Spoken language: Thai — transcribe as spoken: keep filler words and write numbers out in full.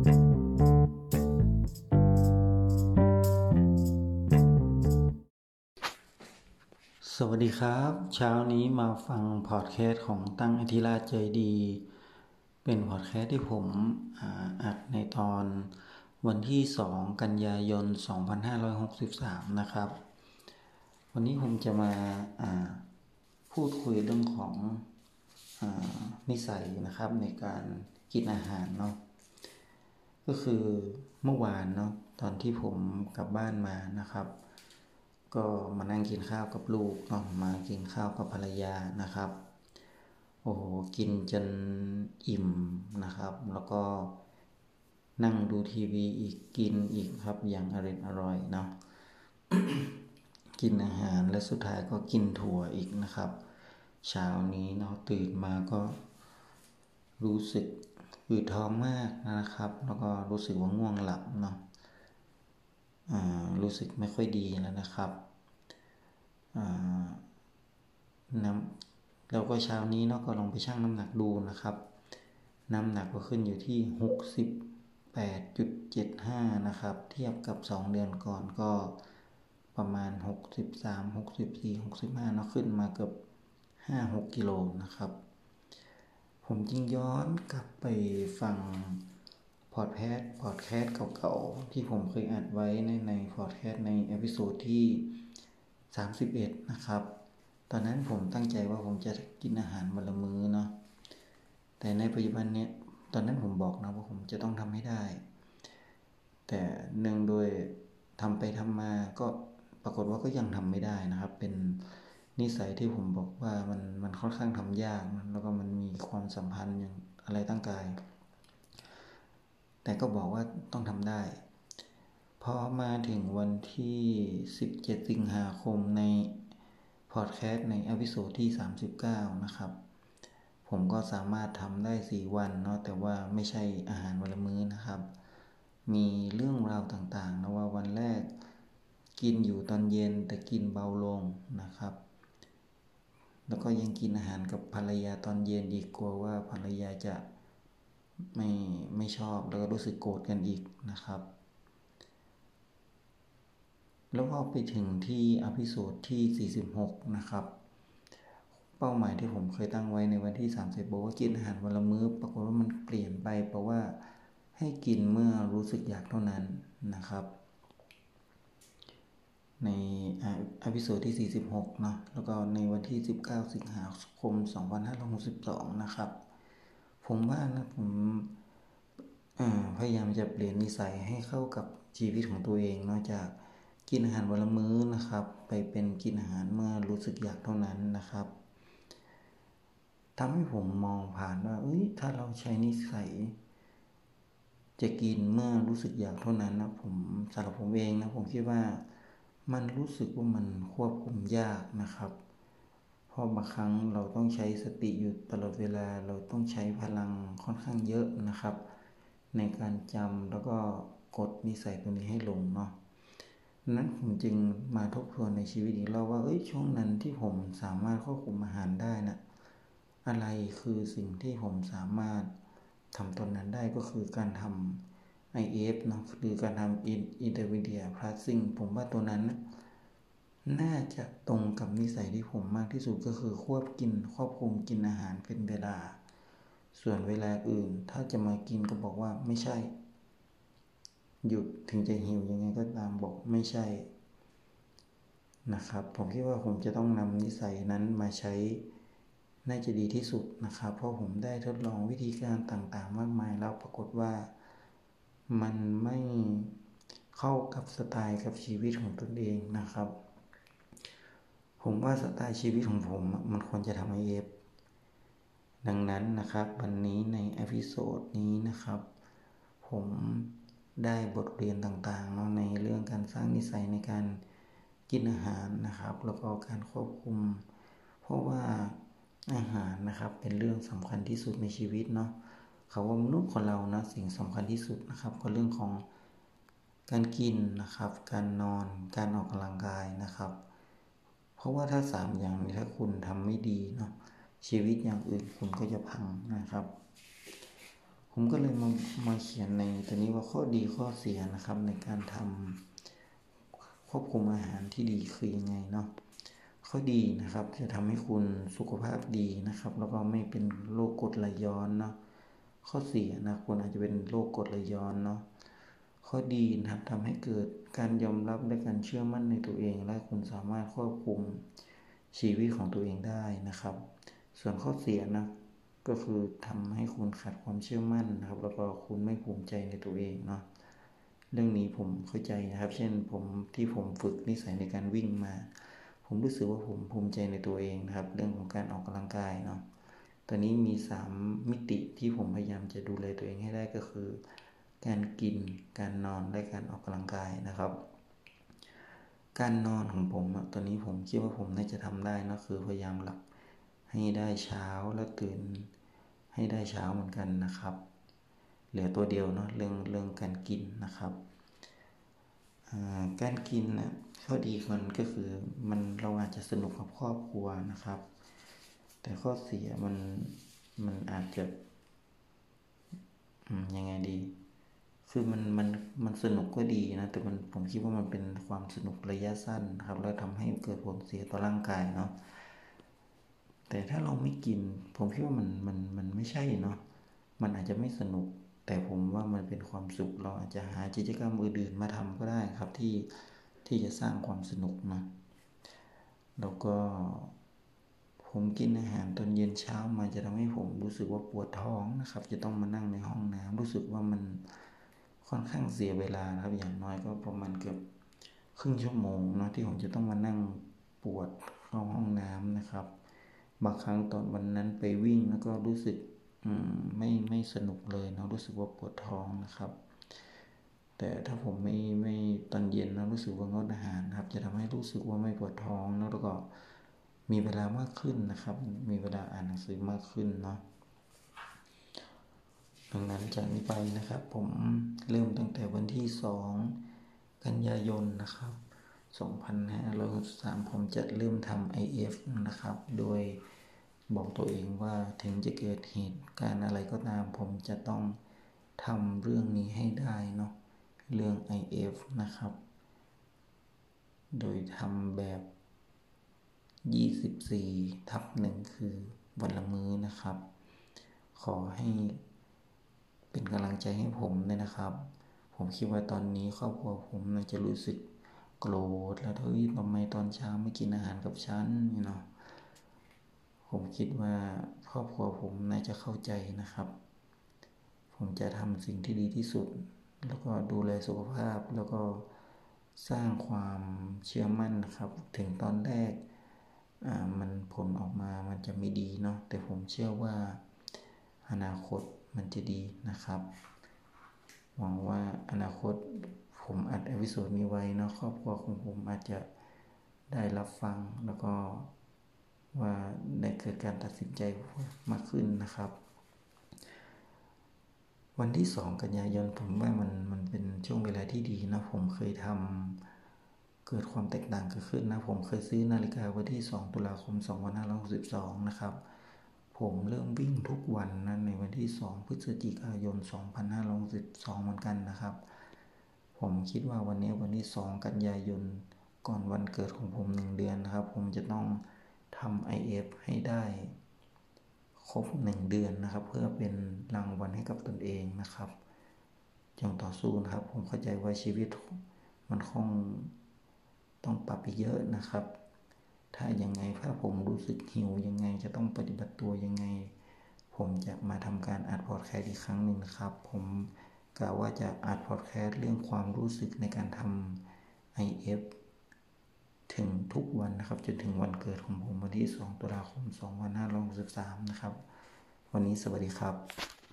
สวัสดีครับเช้านี้มาฟังพอดแคสต์ของตั้งอธิราชใจดีเป็นพอดแคสต์ที่ผมอัดในตอนวันที่สองกันยายนสองพันห้าร้อยหกสิบสามนะครับวันนี้ผมจะมาพูดคุยเรื่องของนิสัยนะครับในการกินอาหารเนาะก็คือเมื่อวานเนาะตอนที่ผมกลับบ้านมานะครับก็มานั่งกินข้าวกับลูกเนาะมากินข้าวกับภรรยานะครับโอ้โหกินจนอิ่มนะครับแล้วก็นั่งดูทีวีอีกกินอีกครับอย่างอร่อยอร่อยเนาะ กินอาหารและสุดท้ายก็กินถั่วอีกนะครับเช้านี้เนาะตื่นมาก็รู้สึกอืดท้องมากนะครับแล้วก็รู้สึกว่าง่วงหลับเนาะรู้สึกไม่ค่อยดีแล้วนะครับน้ำแล้วก็เช้านี้เนาะก็ลองไปชั่งน้ำหนักดูนะครับน้ำหนักก็ขึ้นอยู่ที่ หกสิบแปดจุดเจ็ดห้า นะครับเทียบกับสองเดือนก่อนก็ประมาณหกสิบสาม หกสิบสี่ หกสิบห้าเนาะขึ้นมาเกือบ ห้าหก กิโลนะครับผมจึงย้อนกลับไปฟังพอดแคสต์พอดแคสต์เก่าๆที่ผมเคยอัดไว้ในในพอดแคสต์ในเอพิโซดที่สามสิบเอ็ดนะครับตอนนั้นผมตั้งใจว่าผมจะกินอาหารวันละมื้อเนาะแต่ในปัจจุบันเนี้ยตอนนั้นผมบอกนะว่าผมจะต้องทำให้ได้แต่เนื่องโดยทำไปทำมาก็ปรากฏว่าก็ยังทำไม่ได้นะครับเป็นนิสัยที่ผมบอกว่ามันมันค่อนข้างทำยากนะแล้วก็มันมีความสัมพันธ์อย่างอะไรตั้งกายแต่ก็บอกว่าต้องทำได้พอมาถึงวันที่สิบเจ็ดสิงหาคมในพอดแคสต์ในเอพิโซดที่สามสิบเก้านะครับผมก็สามารถทำได้สี่วันเนาะแต่ว่าไม่ใช่อาหารวันละมื้อนะครับมีเรื่องราวต่างๆนะว่าวันแรกกินอยู่ตอนเย็นแต่กินเบาลงนะครับแล้วก็ยังกินอาหารกับภรรยาตอนเย็นดีกลัวว่าภรรยาจะไม่ไม่ชอบแล้วก็รู้สึกโกรธกันอีกนะครับแล้วก็ไปถึงที่อพิโซดที่สี่สิบหกนะครับเป้าหมายที่ผมเคยตั้งไว้ในวันที่สามสิบบอกว่ากินอาหารวันละมื้อปรากฏว่ามันเปลี่ยนไปเพราะว่าให้กินเมื่อรู้สึกอยากเท่านั้นนะครับในอพิโซดที่สี่สิบหกเนาะแล้วก็ในวันที่สิบเก้าสิงหาคมสองพันห้าร้อยหกสิบสองนะครับผมว่านะผมพยายามจะเปลี่ยนนิสัยให้เข้ากับชีวิตของตัวเองนอกจากกินอาหารวันละมื้อนะครับไปเป็นกินอาหารเมื่อรู้สึกอยากเท่านั้นนะครับทำให้ผมมองผ่านว่าเอ้ยถ้าเราใช้นิสัยจะกินเมื่อรู้สึกอยากเท่านั้นนะผมสำหรับผมเองนะผมคิดว่ามันรู้สึกว่ามันควบคุมยากนะครับเพราะบางครั้งเราต้องใช้สติอยู่ตลอดเวลาเราต้องใช้พลังค่อนข้างเยอะนะครับในการจำแล้วก็กดนิสัยตัวนี้ให้ลงเนาะนั้นผมจึงมาทบทวนในชีวิตอีกรอบว่าเอ้ยช่วงนั้นที่ผมสามารถควบคุมอาหารได้นะอะไรคือสิ่งที่ผมสามารถทำตอนนั้นได้ก็คือการทำ ไอ เอฟ เนาะหรือการทำ Intermediate Fasting ผมว่าตัวนั้นนะน่าจะตรงกับนิสัยที่ผมมากที่สุดก็คือควบกินควบคุมกินอาหารเป็นเวลาส่วนเวลาอื่นถ้าจะมากินก็บอกว่าไม่ใช่หยุดถึงจะหิวยังไงก็ตามบอกไม่ใช่นะครับผมคิดว่าผมจะต้องนำนิสัยนั้นมาใช้น่าจะดีที่สุดนะครับเพราะผมได้ทดลองวิธีการต่างๆมากมายแล้วปรากฏว่ามันไม่เข้ากับสไตล์กับชีวิตของตนเองนะครับผมว่าสไตล์ชีวิตของผมมันควรจะทำ ไอ เอฟ ดังนั้นนะครับวันนี้ในเอพิโซดนี้นะครับผมได้บทเรียนต่างๆเนาะในเรื่องการสร้างนิสัยในการกินอาหารนะครับแล้วก็การควบคุมเพราะว่าอาหารนะครับเป็นเรื่องสำคัญที่สุดในชีวิตเนาะเขาว่ามนุษย์คนเรานะสิ่งสำคัญที่สุดนะครับก็เรื่องของการกินนะครับการนอนการออกกำลังกายนะครับเพราะว่าถ้าสามอย่างนี้ถ้าคุณทำไม่ดีเนาะชีวิตอย่างอื่นคุณก็จะพังนะครับผผมก็เลยมามาเขียนในตัวนี้ว่าข้อดีข้อเสียนะครับในการทำควบคุมอาหารที่ดีคือยังไงเนาะข้อดีนะครับจะทำให้คุณสุขภาพดีนะครับแล้วก็ไม่เป็นโรคกรดไหลย้อนเนาะข้อเสียนะคุณอาจจะเป็นโรคกรดไหลย้อนเนาะข้อดีนะครับทำให้เกิดการยอมรับและการเชื่อมั่นในตัวเองและคุณสามารถควบคุมชีวิตของตัวเองได้นะครับส่วนข้อเสียนะก็คือทำให้คุณขาดความเชื่อมั่นนะครับแล้วก็คุณไม่ภูมิใจในตัวเองเนาะเรื่องนี้ผมเข้าใจนะครับเช่นผมที่ผมฝึกนิสัยในการวิ่งมาผมรู้สึกว่าผมภูมิใจในตัวเองนะครับเรื่องของการออกกำลังกายเนาะตอนนี้มีสามมิติที่ผมพยายามจะดูแลตัวเองให้ได้ก็คือการกินการนอนและการออกกำลังกายนะครับการนอนของผมตอนนี้ผมคิดว่าผมน่าจะทำได้นะคือพยายามหลับให้ได้เช้าแล้วตื่นให้ได้เช้าเหมือนกันนะครับเหลือตัวเดียวเนาะเรื่องเรื่องการกินนะครับการกินนะข้อดีมันก็คือมันเราอาจจะสนุกกับครอบครัวนะครับแต่ข้อเสียมันมันอาจจะยังไงดีคือมันมันมันสนุกก็ดีนะแต่มันผมคิดว่ามันเป็นความสนุกระยะสั้นครับแล้วทำให้เกิดผลเสียต่อร่างกายเนาะแต่ถ้าเราไม่กินผมคิดว่ามันมันมันไม่ใช่เนาะมันอาจจะไม่สนุกแต่ผมว่ามันเป็นความสุขเราอาจจะหากิจกรรมอื่นๆมาทำก็ได้ครับที่ที่จะสร้างความสนุกนะแล้วก็ผมกินอาหารตอนเย็นเช้ามาจะทำให้ผมรู้สึกว่าปวดท้องนะครับจะต้องมานั่งในห้องน้ำรู้สึกว่ามันค่อนข้างเสียเวลาครับอย่างน้อยก็ประมาณเกือบครึ่งชั่วโมงเนาะที่ผมจะต้องมานั่งปวดเข้าห้องน้ำนะครับบางครั้งตอนวันนั้นไปวิ่งแล้วก็รู้สึกไม่ไม่สนุกเลยเนาะรู้สึกว่าปวดท้องนะครับแต่ถ้าผมไม่ไม่ตอนเย็นนะรู้สึกว่างดอาหารครับจะทำให้รู้สึกว่าไม่ปวดท้องแล้วก็มีเวลามากขึ้นนะครับมีเวลาอ่านหนังสือมากขึ้นเนาะดังนั้นจากนี้ไปนะครับผมเริ่มตั้งแต่วันที่สองกันยายนนะครับสองพันห้าร้อยหกสิบสามผมจะเริ่มทำ ไอ เอฟ นะครับโดยบอกตัวเองว่าถึงจะเกิดเหตุการณ์อะไรก็ตามผมจะต้องทำเรื่องนี้ให้ได้เนาะเรื่อง ไอ เอฟ นะครับโดยทำแบบยี่สิบสี่ทับหนึ่งคือวันละมื้อนะครับขอให้เป็นกำลังใจให้ผมเลยนะครับผมคิดว่าตอนนี้ครอบครัวผมน่าจะรู้สึกโกรธแล้วเฮ้ยทำไมตอนเช้าไม่กินอาหารกับฉันเนาะผมคิดว่าครอบครัวผมน่าจะเข้าใจนะครับผมจะทำสิ่งที่ดีที่สุดแล้วก็ดูแลสุขภาพแล้วก็สร้างความเชื่อมั่นนะครับถึงตอนแรกมันผลออกมามันจะไม่ดีเนาะแต่ผมเชื่อว่าอนาคตมันจะดีนะครับหวังว่าอนาคตผมอัดเอพิโซดนี้ไว้เนาะครอบครัวของผมอาจจะได้รับฟังแล้วก็ว่าได้เกิดการตัดสินใจมากขึ้นนะครับวันที่สองกันยายนผมว่ามันมันเป็นช่วงเวลาที่ดีนะผมเคยทำเกิดความแตกต่างเกิดขึ้นนะผมเคยซื้อนาฬิกาวันที่สองตุลาคมสองพันห้าร้อยหกสิบสองนะครับผมเริ่มวิ่งทุกวันนะในวันที่สองพฤศจิกายนสองพันห้าร้อยหกสิบสองเหมือนกันนะครับผมคิดว่าวันนี้วันที่สองกันยายนก่อนวันเกิดของผมหนึ่งเดือนนะครับผมจะต้องทำ ไอ เอฟ ให้ได้ครบหนึ่งเดือนนะครับเพื่อเป็นรางวัลให้กับตนเองนะครับจงต่อสู้นะครับผมเข้าใจว่าชีวิตมันคงต้องปรับไปเยอะนะครับถ้ายังไงถ้าผมรู้สึกหิวยังไงจะต้องปฏิบัติตัวยังไงผมจะมาทำการอัดพอดแคสต์อีกครั้งหนึ่งนะครับผมกะว่าจะอัดพอดแคสต์เรื่องความรู้สึกในการทำ ไอ เอฟ ถึงทุกวันนะครับจนถึงวันเกิดของผมวันที่สองตุลาคมสองพันห้าร้อยหกสิบสามนะครับวันนี้สวัสดีครับ